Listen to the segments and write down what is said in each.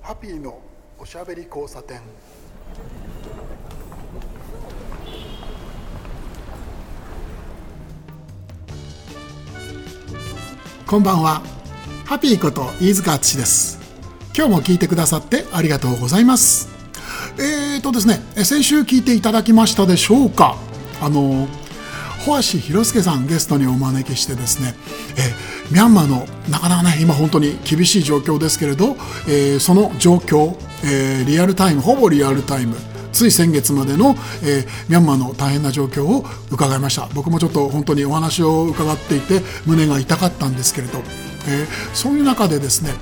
ハピーのおしゃべり交差点。こんばんは。ハピーこと飯塚敦です。今日も聞いてくださってありがとうございます。ですね、先週聞いていただきましたでしょうか。保橋弘介さんゲストにお招きしてですね、ミャンマーのなかなかね今本当に厳しい状況ですけれど、その状況、リアルタイム、ほぼリアルタイム、つい先月までの、ミャンマーの大変な状況を伺いました。僕もちょっと本当にお話を伺っていて胸が痛かったんですけれど、そういう中でですね、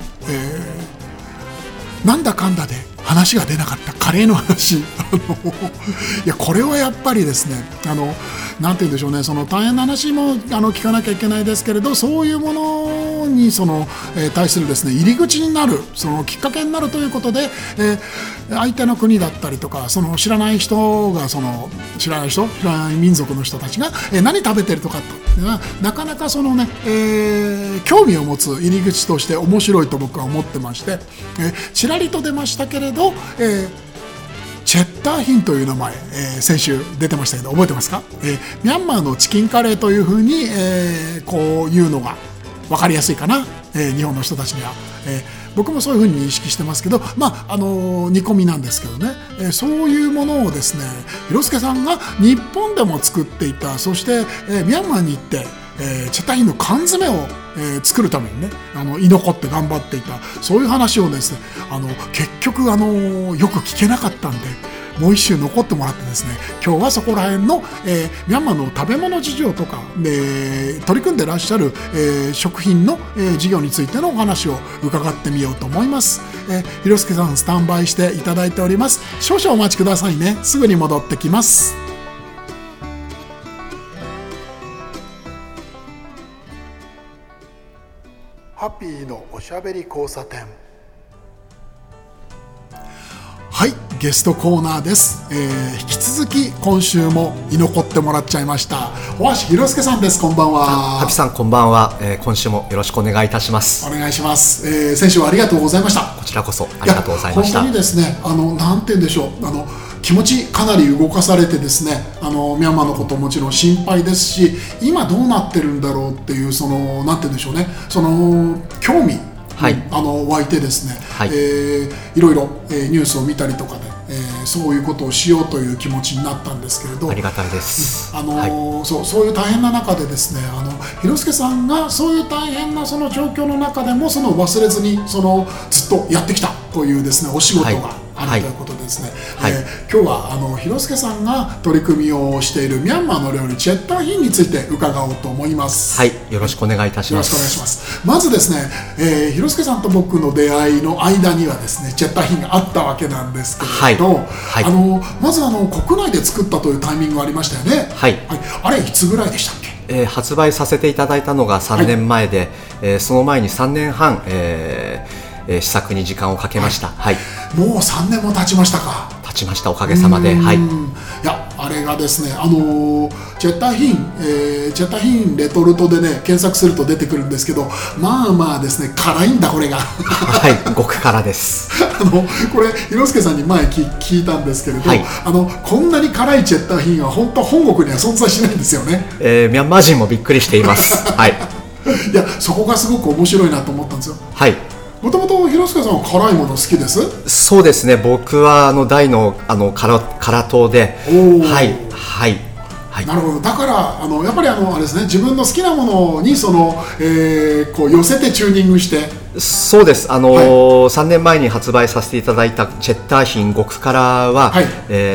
なんだかんだで話が出なかったカレーの話いやこれはやっぱりですね、なんて言うんでしょうね、その大変な話も聞かなきゃいけないですけれど、そういうものに対するですね入り口になる、そのきっかけになるということで、相手の国だったりとか、その知らない人が知らない民族の人たちが、何食べてるとかなかなかそのね、興味を持つ入り口として面白いと僕は思ってまして、ちらりと出ましたけれど、チェッターヒンという名前、先週出てましたけど覚えてますか。ミャンマーのチキンカレーというふうに、こういうのが分かりやすいかな、日本の人たちには、僕もそういうふうに認識してますけど、煮込みなんですけどね、そういうものをですね広介さんが日本でも作っていた。そして、ミャンマーに行ってチェッターヒンの缶詰を、作るためにね居残って頑張っていた、そういう話をですね結局よく聞けなかったんでもう一週残ってもらってですね、今日はそこら辺の、ミャンマーの食べ物事情とかで取り組んでらっしゃる、食品の、事業についてのお話を伺ってみようと思います。広介さんスタンバイしていただいております。少々お待ちくださいね。すぐに戻ってきます。ハッピーのおしゃべり交差点。はい、ゲストコーナーです。引き続き今週も居残ってもらっちゃいました保橋弘介さんです。こんばんは。 ハピさんこんばんは。今週もよろしくお願いいたします。 お願いします。先週はありがとうございました。 こちらこそありがとうございました。 本当にですね、なんて言うんでしょう、気持ちかなり動かされてですね、ミャンマーのこともちろん心配ですし、今どうなってるんだろうっていうなんて言うんでしょうね、興味、はい、湧いてですね、はい、いろいろ、ニュースを見たりとかで、そういうことをしようという気持ちになったんですけれど、 ありがたいです。はい、 そういう大変な中でですね、広介さんがそういう大変なその状況の中でも忘れずにずっとやってきたというですねお仕事があるということでですね、はい今日は広介さんが取り組みをしているミャンマーの料理チェッターヒンについて伺おうと思います。 はい、よろしくお願いいたします。 よろしくお願いします。まずですね、広介さんと僕の出会いの間にはですねチェッターヒンがあったわけなんですけれど、はいはい、まず国内で作ったというタイミングがありましたよね。はい、はい、あれいつぐらいでしたっけ。 発売させていただいたのが3年前で、はいその前に3年半、試作に時間をかけました。はい、 もう3年も経ちましたか。 経ちました、おかげさまで。はい、いやあれがですねチェッターヒンレトルトでね検索すると出てくるんですけど、まあですね辛いんだこれがはい極辛ですこれ広介さんに前聞いたんですけれど、はい、こんなに辛いチェッターヒンは本当本国には存在しないんですよね。 ミャンマー人もびっくりしていますはい、 いやそこがすごく面白いなと思ったんですよ。はい、もともと広介さんは辛いもの好きです？ そうですね、僕は大の辛党で、はいはいはい、 なるほど。だからやっぱりあれですね、自分の好きなものにこう寄せてチューニングして。 そうです。3年前に発売させていただいたチェッターヒン極辛は、はい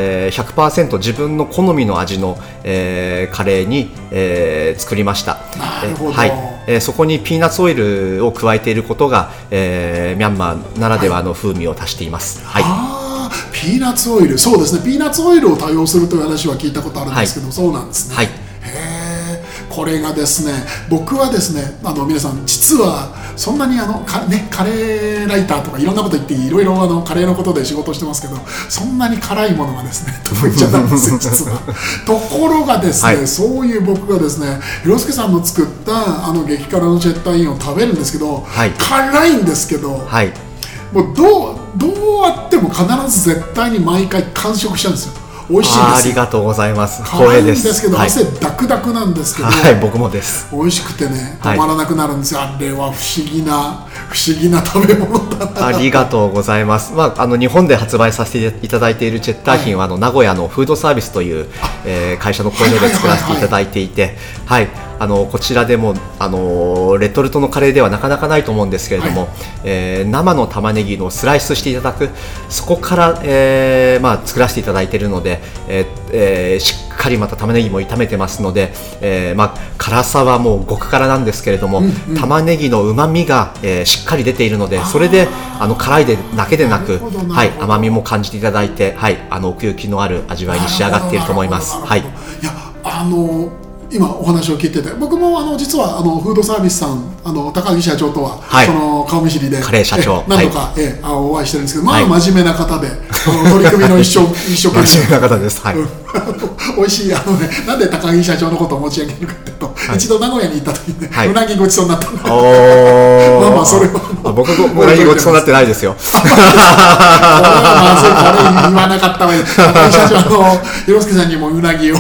100% 自分の好みの味の、カレーに、作りました。 なるほど。 はいそこにピーナッツオイルを加えていることが、ミャンマーならではの風味を足しています。はい、 ピーナッツオイル、そうですね、ピーナッツオイルを多用するという話は聞いたことあるんですけど、はい、そうなんですね。はい、これがですね、僕はですね皆さん実はそんなにカレーライターとかいろんなこと言っていろいろカレーのことで仕事してますけど、そんなに辛いものがですね得意じゃないんですよ実はところがですね、はい、そういう僕がですね広介さんの作った激辛のチェッターヒンを食べるんですけど、はい、辛いんですけど、はい、もうどうあっても必ず絶対に毎回完食しちゃうんですよ。美味しいんですよ。 ありがとうございます。 辛いんですけど、汗ダクダクなんですけど、 はい、僕もです。 美味しくてね、止まらなくなるんですよ。あれは不思議な食べ物だな。 ありがとうございます。日本で発売させていただいているチェッターヒンは、名古屋のフードサービスという、会社の工場で作らせていただいていて、こちらでもレトルトのカレーではなかなかないと思うんですけれども、生の玉ねぎのスライスしていただく、そこから、作らせていただいているので、しっかりまた玉ねぎも炒めてますので、辛さはもう極辛なんですけれども、玉ねぎのうまみが、しっかり出ているので、それで辛いだけでなく、甘みも感じていただいて、奥行きのある味わいに仕上がっていると思います。 いや今お話を聞いてて、僕も実はフードサービスさん高木社長とは、その顔見知りでカレー社長何度か、お会いしてるんですけど、真面目な方で取り組みの一生懸命真面目な方です。 美味しいなんで高木社長のことを持ち上げるかというと、一度名古屋に行った時にうなぎごちそうになったんで、それは僕うなぎごちそうになってないですよ。 これはまずい、これ言わなかったわよ。高木社長広助さんにもうなぎを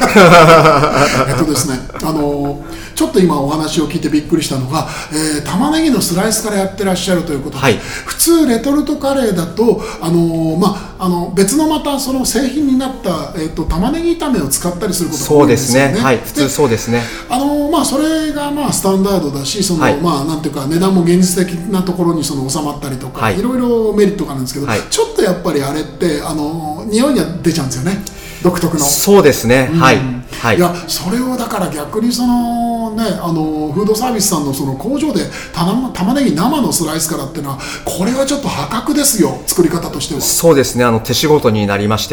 ですね、ちょっと今お話を聞いてびっくりしたのが、玉ねぎのスライスからやってらっしゃるということで、普通レトルトカレーだと別のまたその製品になった、玉ねぎ炒めを使ったりすることが多いんですよね。 そうですね、普通そうですね。 それがスタンダードだし、なんていうか値段も現実的なところに収まったりとか、いろいろメリットがあるんですけど、ちょっとやっぱりあれって匂いが出ちゃうんですよね、独特の。 そうですね、 いや、それをだから逆にフードサービスさんのその工場で玉ねぎ生のスライスからっていうのは、これはちょっと破格ですよ、作り方としては。 そうですね、手仕事になりまして、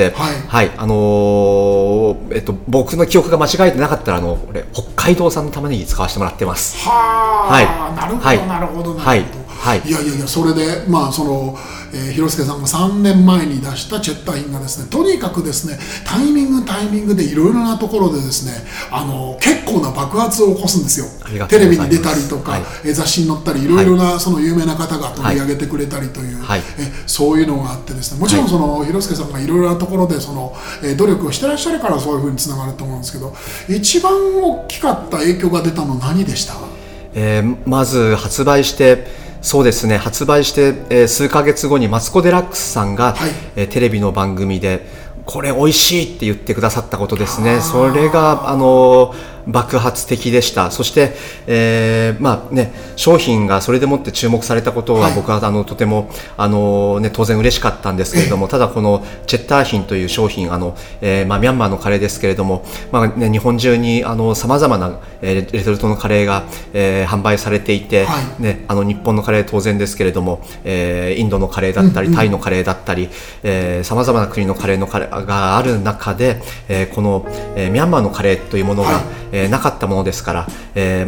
僕の記憶が間違えてなかったら北海道産の玉ねぎ使わせてもらってます。 なるほどなるほど。いやそれで広助さんが3年前に出したチェッターヒンがですね、とにかくですね、タイミングでいろいろなところでですね、結構な爆発を起こすんですよ。テレビに出たりとか、雑誌に載ったり、いろいろなその有名な方が取り上げてくれたりという、そういうのがあってですね、もちろん広助さんがいろいろなところで努力をしてらっしゃるからそういうふうにつながると思うんですけど、一番大きかった影響が出たのは何でした？ まず発売してそうですね、発売して、数ヶ月後にマツコ・デラックスさんが、テレビの番組でこれ美味しいって言ってくださったことですね。それが爆発的でした。そして、商品がそれでもって注目されたことは、僕はとても当然嬉しかったんですけれども、ただこのチェッターヒンという商品ミャンマーのカレーですけれども、日本中にさまざまな、レトルトのカレーが、販売されていて、日本のカレー当然ですけれども、インドのカレーだったり、タイのカレーだったり、さまざまな国のカレーがある中で、この、ミャンマーのカレーというものが、なかったものですから、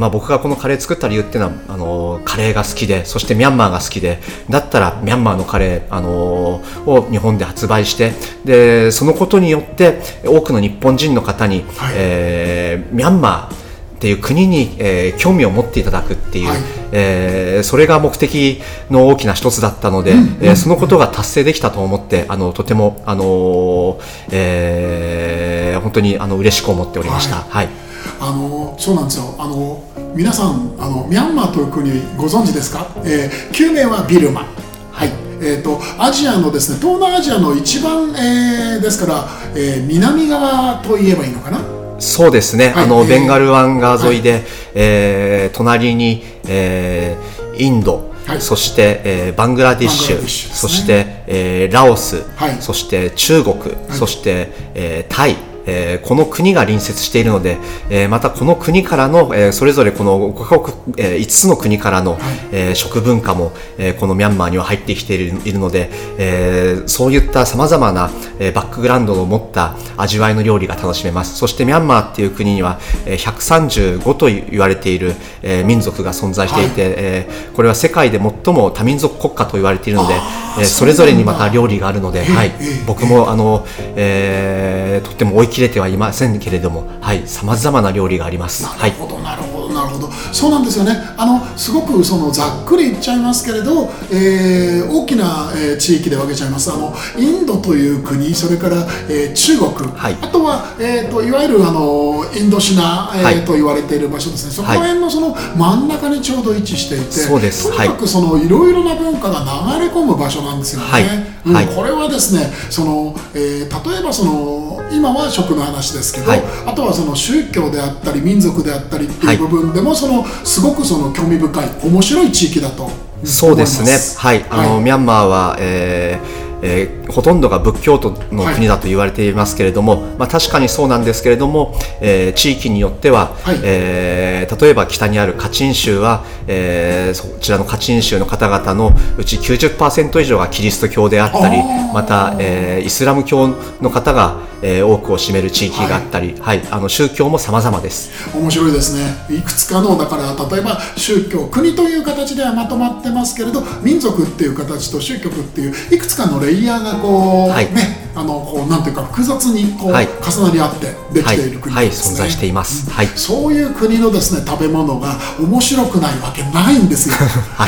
僕がこのカレー作った理由っていうのはカレーが好きで、そしてミャンマーが好きで、だったらミャンマーのカレー、を日本で発売して、でそのことによって多くの日本人の方に、ミャンマーっていう国に、興味を持っていただくっていう、それが目的の大きな一つだったので、そのことが達成できたと思って、とても、本当に嬉しく思っておりました。 そうなんですよ。皆さんミャンマーという国ご存知ですか？旧名はビルマ。アジアのですね、東南アジアの一番、ですから、南側と言えばいいのかな。 そうですね、ベンガル湾川沿いで、隣に、インド、そして、バングラディッシュ、そして、ラオス、そして中国、そして、タイ、この国が隣接しているので、またこの国からの、それぞれこの5つの国からの、食文化も、このミャンマーには入ってきているので、そういったさまざまな、バックグラウンドを持った味わいの料理が楽しめます。そしてミャンマーっていう国には、135と言われている、民族が存在していて、これは世界で最も多民族国家と言われているので、それぞれにまた料理があるので、僕もとっても追い切れてはいませんけれども、さまざまな料理があります。 なるほどなるほどなるほど。 ど、そうなんですよね。すごくそのざっくり言っちゃいますけれど、大きな、地域で分けちゃいます。インドという国、それから、中国、はい、あとは、いわゆるインドシナ、と言われている場所ですね。そこら辺のその真ん中にちょうど位置していて、 そうです。 とにかくそのいろいろな文化が流れ込む場所なんですよね。はい、これはですね、例えば今は食の話ですけど、はい、あとはその宗教であったり民族であったりっていう部分でも、はい、すごく興味深い面白い地域だと思います。 そうですね。はい、ミャンマーは、ほとんどが仏教徒の国だと言われていますけれども、はい、確かにそうなんですけれども、地域によっては、はい、例えば北にあるカチン州は、そちらのカチン州の方々のうち 90% 以上がキリスト教であったり、また、イスラム教の方が、多くを占める地域があったり、はいはい、宗教も様々です。 面白いですね。いくつかのだから例えば宗教、国という形ではまとまってますけれど、民族っていう形と宗教っていういくつかのレイヤーがはい、ね、なんていうか複雑にはい、重なり合ってできている国ですね。 はい、存在しています。はい、 そういう国のですね食べ物が面白くないわけないんですよ。はい、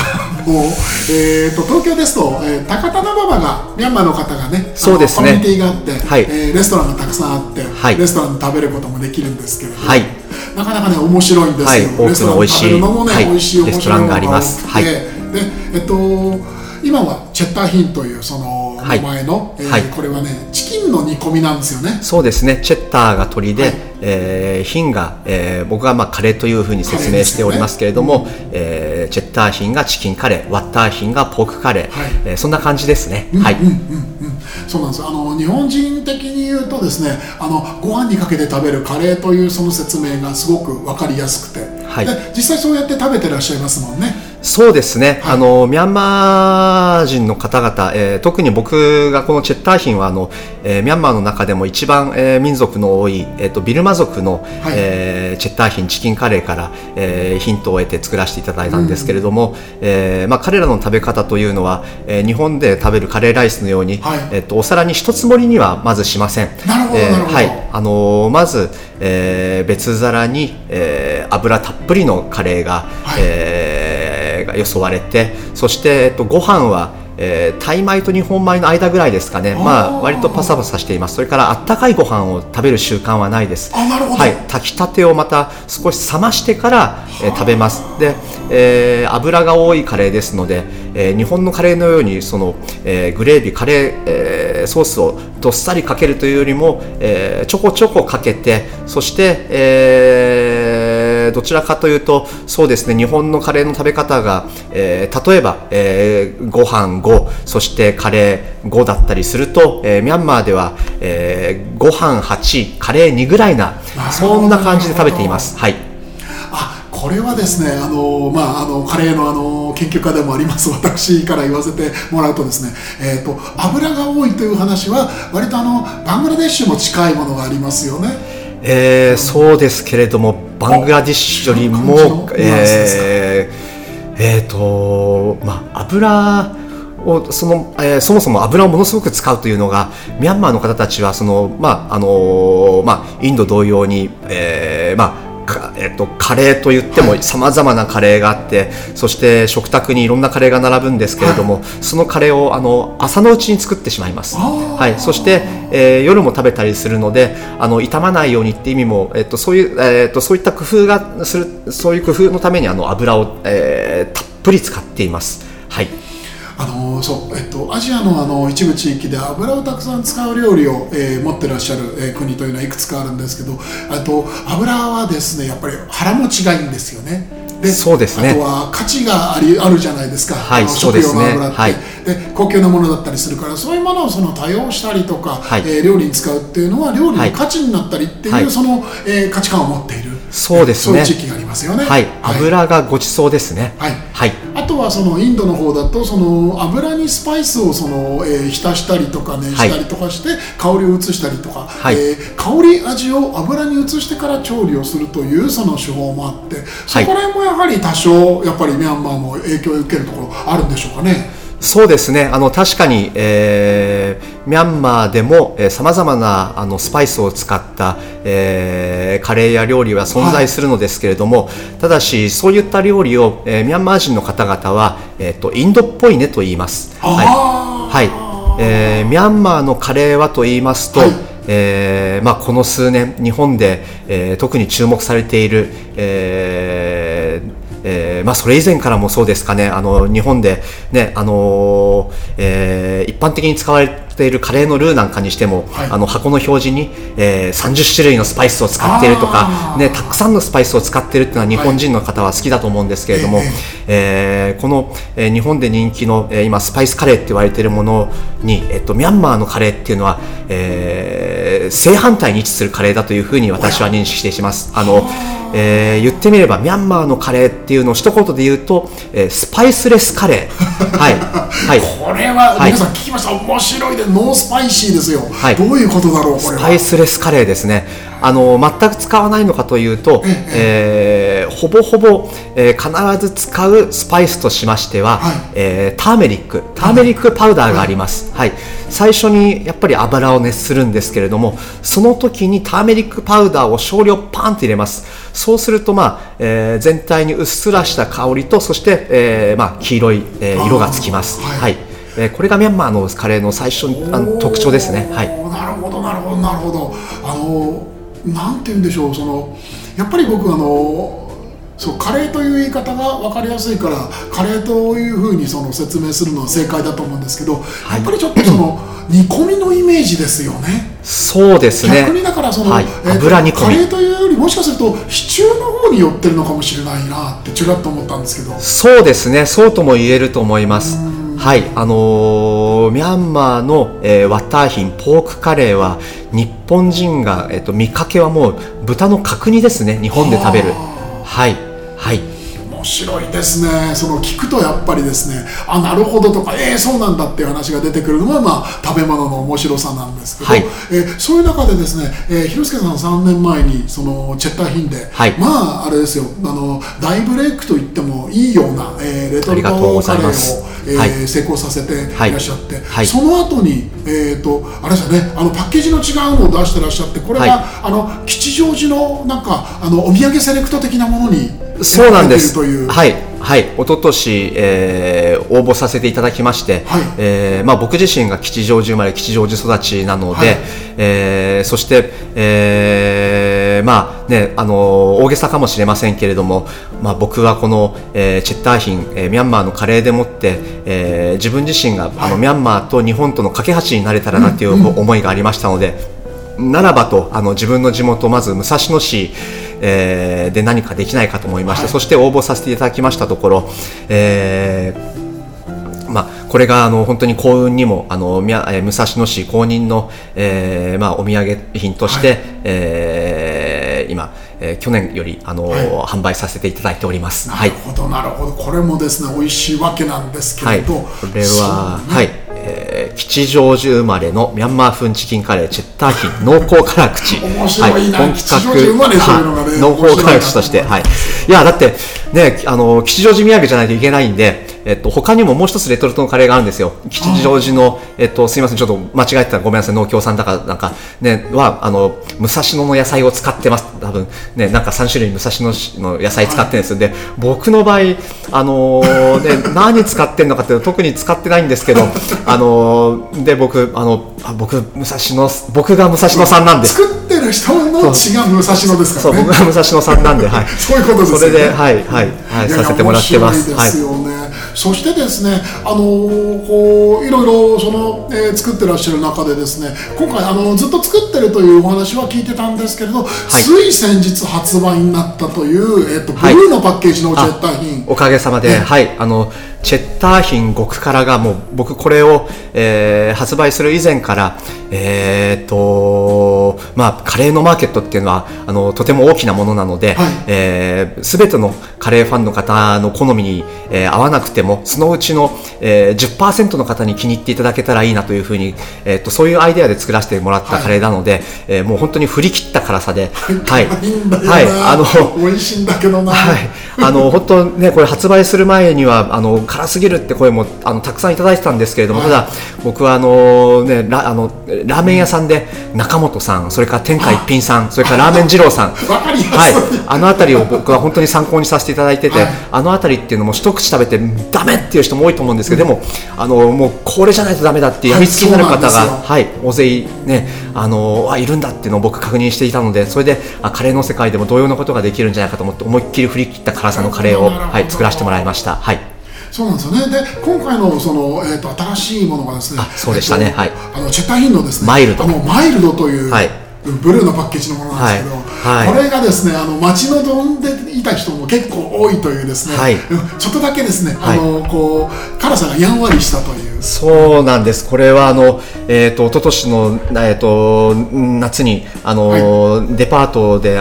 もう東京ですと、高田馬場がミャンマーの方がね、 そうですね、 コミュニティがあって、はい、レストランがたくさんあって、 はい、 レストランで食べることもできるんですけれど、 はい、 なかなかね面白いんですよ。 はい、 レストランで食べるのもね、美味しいレストランがあります。はい、 で今はチェッターヒンという名前の、はい、これはねチキンの煮込みなんですよね。 そうですね。チェッターが鶏で、はい、ヒンが、僕はカレーというふうに説明しておりますけれども、チェッターヒンがチキンカレー、ワッターヒンがポークカレー、はい、そんな感じですね。はい。 そうなんです。日本人的に言うとですね、ご飯にかけて食べるカレーというその説明がすごく分かりやすくて、はい、で実際そうやって食べてらっしゃいますもんね。 そうですね、はい、ミャンマー人の方々、特に僕がこのチェッターヒンはミャンマーの中でも一番、民族の多い、ビルマ族の、はい、チェッターヒンチキンカレーから、ヒントを得て作らせていただいたんですけれども、彼らの食べ方というのは、日本で食べるカレーライスのように、はい、お皿に一つ盛りにはまずしません。 なるほど、なるほど。 はい、まず、別皿に、油たっぷりのカレーが、はい、がよそわれて、そして、ご飯は、タイ米と日本米の間ぐらいですかね。割とパサパサしています。それからあったかいご飯を食べる習慣はないです。 なるほど。 はい、炊きたてをまた少し冷ましてから、食べます。で、油が多いカレーですので、日本のカレーのようにその、グレービーカレー、ソースをどっさりかけるというよりも、ちょこちょこかけて、そして、どちらかというとそうですね、日本のカレーの食べ方が、例えば、ご飯5、そしてカレー5だったりすると、ミャンマーでは、ご飯8、カレー2ぐらいな、そんな感じで食べています。はい。 これはですね、カレーの研究家でもあります私から言わせてもらうとですね、油が多いという話は割とバングラデシュも近いものがありますよね。 そうですけれども、バングラデシュよりも、油をそもそも油をものすごく使うというのが、ミャンマーの方たちはインド同様に、カレーといってもさまざまなカレーがあって、そして食卓にいろんなカレーが並ぶんですけれども、そのカレーを朝のうちに作ってしまいます。はい、そして、夜も食べたりするので、傷まないようにって意味も、そういった工夫がする、そういう工夫のために油を、たっぷり使っています。はい。 アジアの一部地域で油をたくさん使う料理を、持ってらっしゃる、国というのはいくつかあるんですけど、油はですねやっぱり腹持ちがいいんですよね。で、 そうですね。 あとは価値があるじゃないですか。 はい、 食用の油って、はい、で高級なものだったりするから、そういうものを多用したりとか、はい、料理に使うっていうのは料理の価値になったりっていう、はい、価値観を持っている。 そうですね。 そういう地域がありますよね。 はい、油がごちそうですね。 はい。 はい。 あとはインドの方だと油にスパイスを浸したりとかね、したりとかして香りを移したりとか、はい、香り味を油に移してから調理をするという手法もあって、そこら辺もやはり多少やっぱりミャンマーも影響を受けるところあるんでしょうかね。 そうですね、確かに、ミャンマーでもさまざまなスパイスを使った、カレーや料理は存在するのですけれども、ただしそういった料理を、ミャンマー人の方々は、インドっぽいねと言います。はい、ミャンマーのカレーはと言いますと、この数年日本で、特に注目されている、それ以前からもそうですかね、日本で、ね、一般的に使われているカレーのルーなんかにしても、箱の表示に、30種類のスパイスを使っているとか、ね、たくさんのスパイスを使っているというのは日本人の方は好きだと思うんですけれども、この、日本で人気の、今スパイスカレーって言われているものに、ミャンマーのカレーっていうのは、正反対に位置するカレーだというふうに私は認識しています。言ってみればミャンマーのカレーっていうのを一言で言うと、スパイスレスカレーはい、 これは皆さん聞きました、面白いで、ノースパイシーですよ、どういうことだろう、これはスパイスレスカレーですね。全く使わないのかというと、ほぼほぼ、必ず使うスパイスとしましては、ターメリックパウダーがあります。最初にやっぱり油を熱するんですけれども、その時にターメリックパウダーを少量パンと入れます。そうすると、全体にうっすらした香りと、そして、黄色い、色がつきます。これがミャンマーのカレーの最初の特徴ですね。 なるほどなるほどなるほど。なんて言うんでしょう、やっぱり僕カレーという言い方が分かりやすいからカレーというふうに説明するのは正解だと思うんですけど、やっぱりちょっと煮込みのイメージですよね。 そうですね。 逆にだから油煮込み、 カレーというよりもしかするとシチューの方に寄ってるのかもしれないなってちらっと思ったんですけど。 そうですね、そうとも言えると思います。ミャンマーの、ワッターヒンポークカレーは日本人が、見かけはもう豚の角煮ですね、日本で食べる。 面白いですね。聞くとやっぱりですね、なるほどとか、そうなんだっていう話が出てくるのが、食べ物の面白さなんですけど、そういう中でですね、広助さん3年前にチェッターヒンで、あれですよ、大ブレイクと言ってもいいような、レトルトカレーを成功させていらっしゃって、その後に、あれですよね、パッケージの違うのを出してらっしゃって、これが、吉祥寺のなんかお土産セレクト的なものにそうなんです。一昨年、応募させていただきまして、僕自身が吉祥寺生まれ吉祥寺育ちなので、そして、大げさかもしれませんけれども、僕はこの、チェッターヒン、ミャンマーのカレーでもって、自分自身がミャンマーと日本との架け橋になれたらなという思いがありましたので、ならばと自分の地元まず武蔵野市で何かできないかと思いまして、そして応募させていただきましたところ、これが本当に幸運にも武蔵野市公認の、お土産品として、今去年より販売させていただいております。 なるほどなるほど。これもですね美味しいわけなんですけれど、 これは吉祥寺生まれのミャンマー風チキンカレーチェッターヒン濃厚辛口面白いな、 本吉祥寺生まれというのがね、 濃厚辛口として、いやだってね、吉祥寺土産じゃないといけないんで、他にももう一つレトルトのカレーがあるんですよ。吉祥寺の、すいませんちょっと間違えてたらごめんなさい、農協さんだかなんかねは武蔵野の野菜を使ってます。多分ね、なんか3種類武蔵野の野菜使ってるんですよ。で僕の場合何使ってるのかっていうと特に使ってないんですけどで僕が武蔵野さんなんで、 作ってる人の血が武蔵野ですからね。 そう、僕が武蔵野さんなんで、 そういうことですよね。 それでさせてもらってます。 ですよね。そしてですね、こういろいろ作ってらっしゃる中でですね、今回ずっと作ってるというお話は聞いてたんですけれど、つい先日発売になったという、ブルーのパッケージのチェッターヒン、 おかげさまで、チェッターヒン極辛がもう僕これを、発売する以前からカレーのマーケットっていうのはとても大きなものなので、全てのカレーファンの方の好みに、合わなくてもそのうちの、10% の方に気に入っていただけたらいいなというふうに、そういうアイデアで作らせてもらったカレーなので、もう本当に振り切った辛さで、 美味しいんだけどな、 本当ね、これ発売する前には辛すぎるって声もたくさんいただいてたんですけれども、ただ僕はラーメン屋さんで中本さん、それから天下一品さん、それからラーメン二郎さん、あの辺りを僕は本当に参考にさせていただいてて、あの辺りっていうのも一口食べてダメっていう人も多いと思うんですけど、でももうこれじゃないとダメだってやみつきになる方が、大勢ね、いるんだっていうのを僕確認していたので、それでカレーの世界でも同様のことができるんじゃないかと思って思いっきり振り切った辛さのカレーを、作らせてもらいました。 そうなんですよね。で、今回の新しいものがですね、 そうでしたね、 チェッターヒンのですね、マイルドという、ブルーのパッケージのものなんですけど、これがですね、待ち望んでいた人も結構多いというですね、ちょっとだけですね、辛さがやんわりしたという。 そうなんです。これは一昨年の夏にデパートで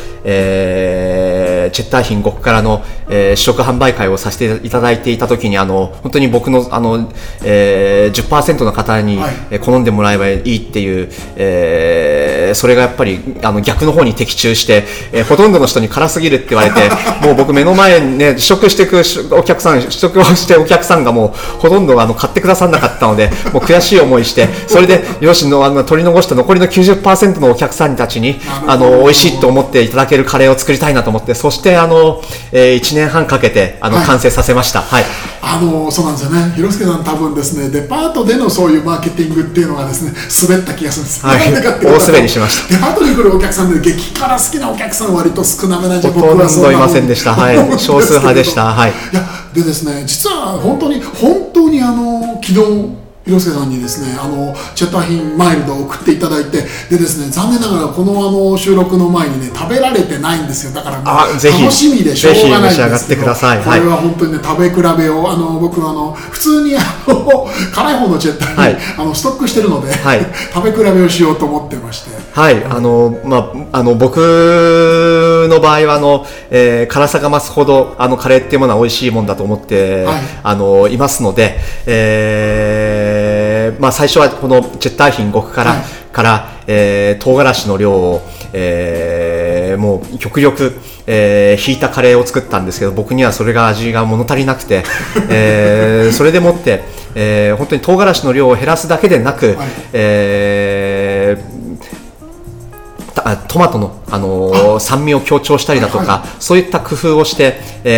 チェッターヒン極辛の試食販売会をさせていただいていたときに本当に僕の10% の方に好んでもらえばいいっていう、それがやっぱり逆の方に的中して、ほとんどの人に辛すぎるって言われてもう僕目の前にね試食していくお客さん、試食をしてお客さんがもうほとんど買ってくださらなかったので、もう悔しい思いして、それでよし取り残した残りの 90% のお客さんたちに美味しいと思っていただけるカレーを作りたいなと思って、そして1年半かけて完成させました。 そうなんですよね。広助さん多分ですね、デパートでのそういうマーケティングっていうのがですね、滑った気がするんですよ。 大滑りしました。 デパートに来るお客さんで激辛好きなお客さん割と少なめなんじゃ、 僕はそういませんでした。少数派でした。 でですね、実は本当に昨日広助さんにですね、チェッターヒンマイルドを送っていただいて、でですね、残念ながらこの収録の前にね食べられてないんですよ。だからもう楽しみでしょうがないんですけど、これは本当にね食べ比べを僕普通に辛い方のチェッターヒン、ストックしてるので、食べ比べをしようと思ってまして、 僕の場合は辛さが増すほどカレーっていうものは美味しいもんだと思って、いますので、最初はこのチェッターヒン極辛から、唐辛子の量を、もう極力、引いたカレーを作ったんですけど、僕にはそれが味が物足りなくて、それでもって、本当に唐辛子の量を減らすだけでなく、トマトの、酸味を強調したりだとか、そういった工夫をして、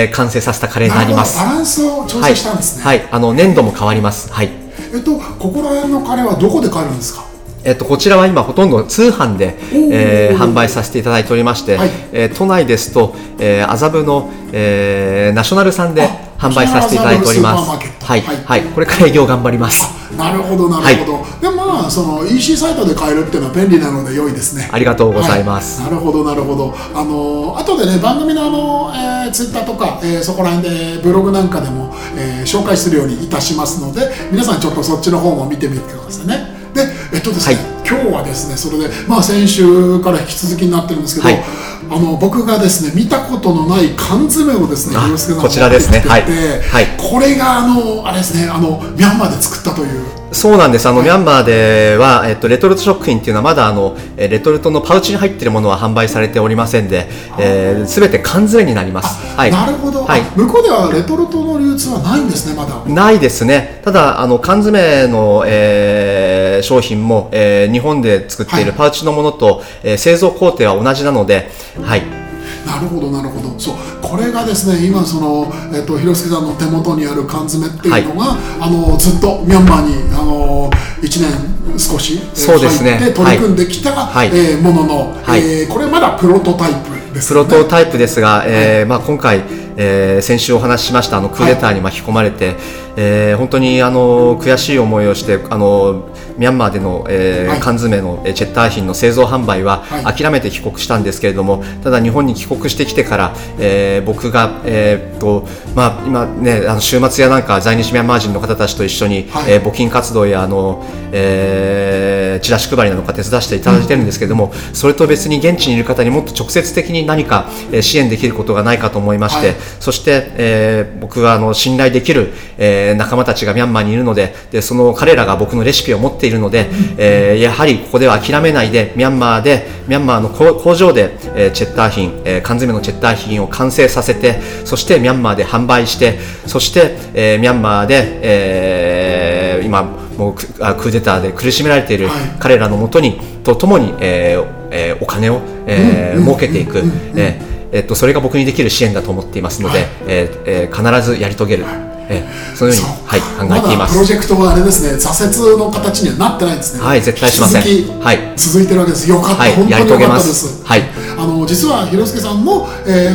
完成させたカレーになります。 バランスを調整したんですね。 粘度も変わります。 ここら辺のカレーはどこで買えるんですか？ こちらは今ほとんど通販で、販売させていただいておりまして、都内ですと、麻布の、ナショナルさんで販売させていただいております。これから営業頑張ります。 なるほどなるほど。でもその EC サイトで買えるっていうのは便利なので良いですね。 ありがとうございます。 なるほどなるほど。後でね番組のツイッターとか、そこら辺でブログなんかでも、紹介するようにいたしますので、皆さんちょっとそっちの方も見てみてくださいね。でですね、今日はですね、それで先週から引き続きになってるんですけど、僕がですね見たことのない缶詰をですね、広助さんこちらですね、 これがあれですね、ミャンマーで作ったという。 そうなんです。ミャンマーでは、レトルト食品っていうのはまだレトルトのパウチに入っているものは販売されておりませんで、全て缶詰になります。 なるほど。向こうではレトルトの流通はないんですね、まだ。 ないですね。ただ缶詰の、商品も、日本で作っているパウチのものと、製造工程は同じなので、 なるほどなるほど。そう、これがですね、今広助さんの手元にある缶詰っていうのが、ずっとミャンマーに1年少し入って取り組んできたものの、これまだプロトタイプですね。 プロトタイプですが、今回、先週お話ししましたクーデターに巻き込まれて、本当に悔しい思いをしてミャンマーでの、缶詰のチェッター品の製造販売は諦めて帰国したんですけれども、ただ日本に帰国してきてから、僕が、今ね、週末やなんか在日ミャンマー人の方たちと一緒に、募金活動やチラシ配りなどか手伝していただいているんですけれども、それと別に現地にいる方にもっと直接的に何か支援できることがないかと思いまして、そして、僕は信頼できる、仲間たちがミャンマーにいるので、その彼らが僕のレシピを持っているので、やはりここでは諦めないでミャンマーの工場で、チェッター品、缶詰のチェッター品を完成させて、そしてミャンマーで販売して、そして、ミャンマーで、今もうクーデターで苦しめられている彼らのもとにとともに、お金を、儲けていく、それが僕にできる支援だと思っていますので、必ずやり遂げる、そのように、考えています。 まだプロジェクトはあれですね、挫折の形にはなってないですね。 絶対しません。 続いてるわけです。よかった、本当によかったです。実は広助さんも、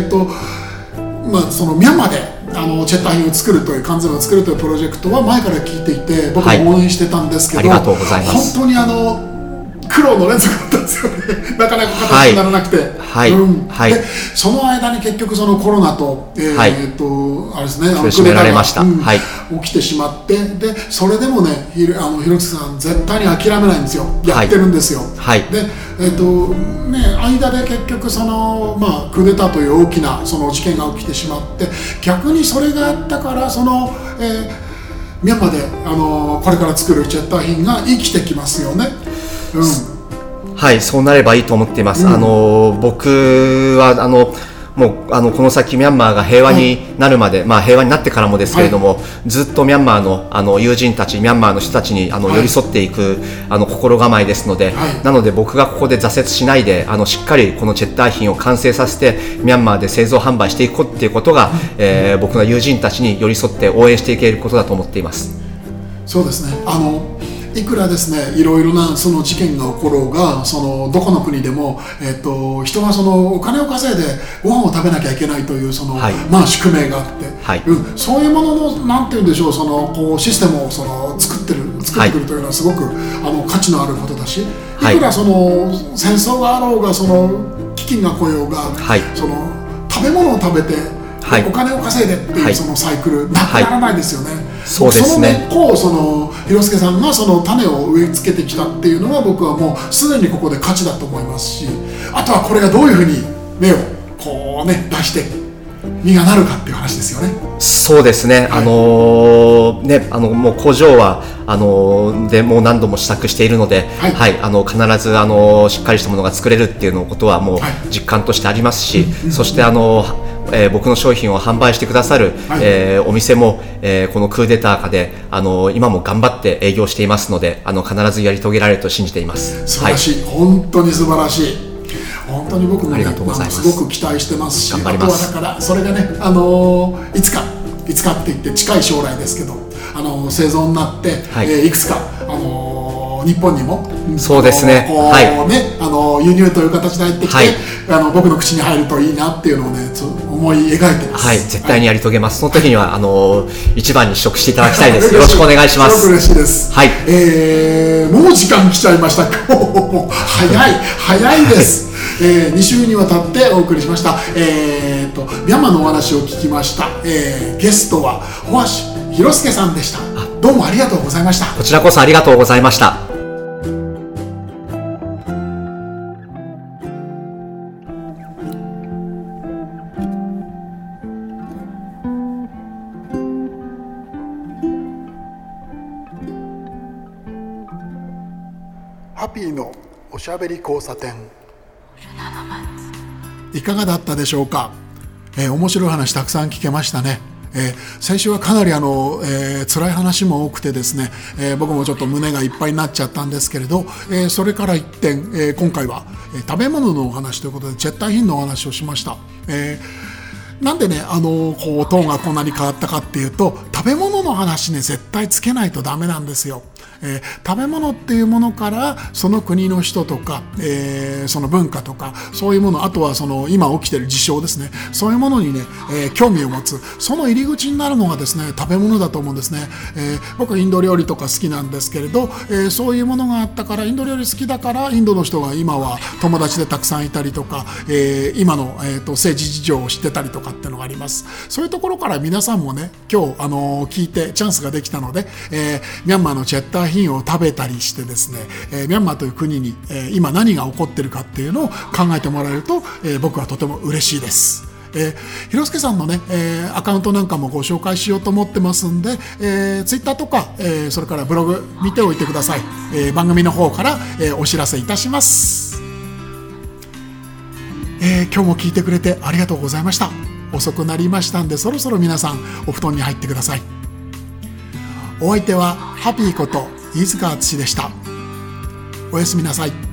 そのミャンマーでチェッター品を作るという缶詰を作るというプロジェクトは前から聞いていて、僕も応援してたんですけど、 ありがとうございます。 本当に苦労の連続だったんですよね。なかなか形にならなくて、でその間に結局そのコロナと、あれですね、 苦しめられました。 起きてしまって、でそれでもね、広瀬さん絶対に諦めないんですよ。やってるんですよ。で間で結局そのクーデターという大きなその事件が起きてしまって、逆にそれがあったからミャンマーでこれから作るチェッター品が生きてきますよね。 そうなればいいと思っています。僕はもうこの先ミャンマーが平和になるまで、平和になってからもですけれども、ずっとミャンマーの友人たち、ミャンマーの人たちに寄り添っていく心構えですので、なので僕がここで挫折しないでしっかりこのチェッター品を完成させてミャンマーで製造販売していくっていうことが、僕の友人たちに寄り添って応援していけることだと思っています。 そうですね。いくらですね、いろいろなその事件が起ころうが、どこの国でも、人はお金を稼いでご飯を食べなきゃいけないという宿命があって、そういうもののなんていうんでしょう、こうシステムを作ってくるというのはすごく価値のあることだし、いくら戦争があろうが飢饉が来ようが、食べ物を食べてお金を稼いでっていうそのサイクルなくならないですよね。 そうですね。 その根っこを広助さんが種を植え付けてきたっていうのは、僕はもうすでにここで価値だと思いますし、あとはこれがどういうふうに芽をこうね出して実がなるかっていう話ですよね。 そうですね。もう工場はでもう何度も試作しているので、必ずしっかりしたものが作れるっていうのことはもう実感としてありますし、そして僕の商品を販売してくださる、お店も、このクーデター下で今も頑張って営業していますので、必ずやり遂げられると信じています。 素晴らしい、本当に素晴らしい。本当に僕も、すごく期待してますし、 頑張ります。 あとはだからそれがね、いつかって言って近い将来ですけど、製造になって、いくつか日本にもそうですね、 輸入という形で入ってきて、僕の口に入るといいなっていうのをね、思い描いてます。 絶対にやり遂げます。その時には一番に試食していただきたいです。よろしくお願いします。 すごく嬉しいです。もう時間来ちゃいました。早いです。2週にわたってお送りしました。ミャンマーのお話を聞きました。ゲストは大橋広助さんでした。どうもありがとうございました。 こちらこそありがとうございました。 ハッピーのおしゃべり交差点、いかがだったでしょうか。面白い話たくさん聞けましたね。先週はかなり辛い話も多くてですね、僕もちょっと胸がいっぱいになっちゃったんですけれど、それから一転、今回は、食べ物のお話ということでチェッター品のお話をしました。なんでねトーンがこんなに変わったかっていうと、食べ物の話ね絶対つけないとダメなんですよ。 食べ物っていうものからその国の人とか、その文化とかそういうもの、あとはその今起きている事象ですね、そういうものにね、興味を持つ、その入り口になるのがですね食べ物だと思うんですね。僕インド料理とか好きなんですけれど、そういうものがあったから、インド料理好きだからインドの人が今は友達でたくさんいたりとか、今の、政治事情を知ってたりとかっていうのがあります。そういうところから皆さんもね今日聞いてチャンスができたので、ミャンマーのチェッター品を食べたりしてですね、ミャンマーという国に、今何が起こってるかっていうのを考えてもらえると、僕はとても嬉しいです。広助さんのね、アカウントなんかもご紹介しようと思ってますんで、ツイッターとか、それからブログ見ておいてください。番組の方から、お知らせいたします。今日も聞いてくれてありがとうございました。遅くなりましたんでそろそろ皆さんお布団に入ってください。お相手はハッピーこと飯塚敦でした。おやすみなさい。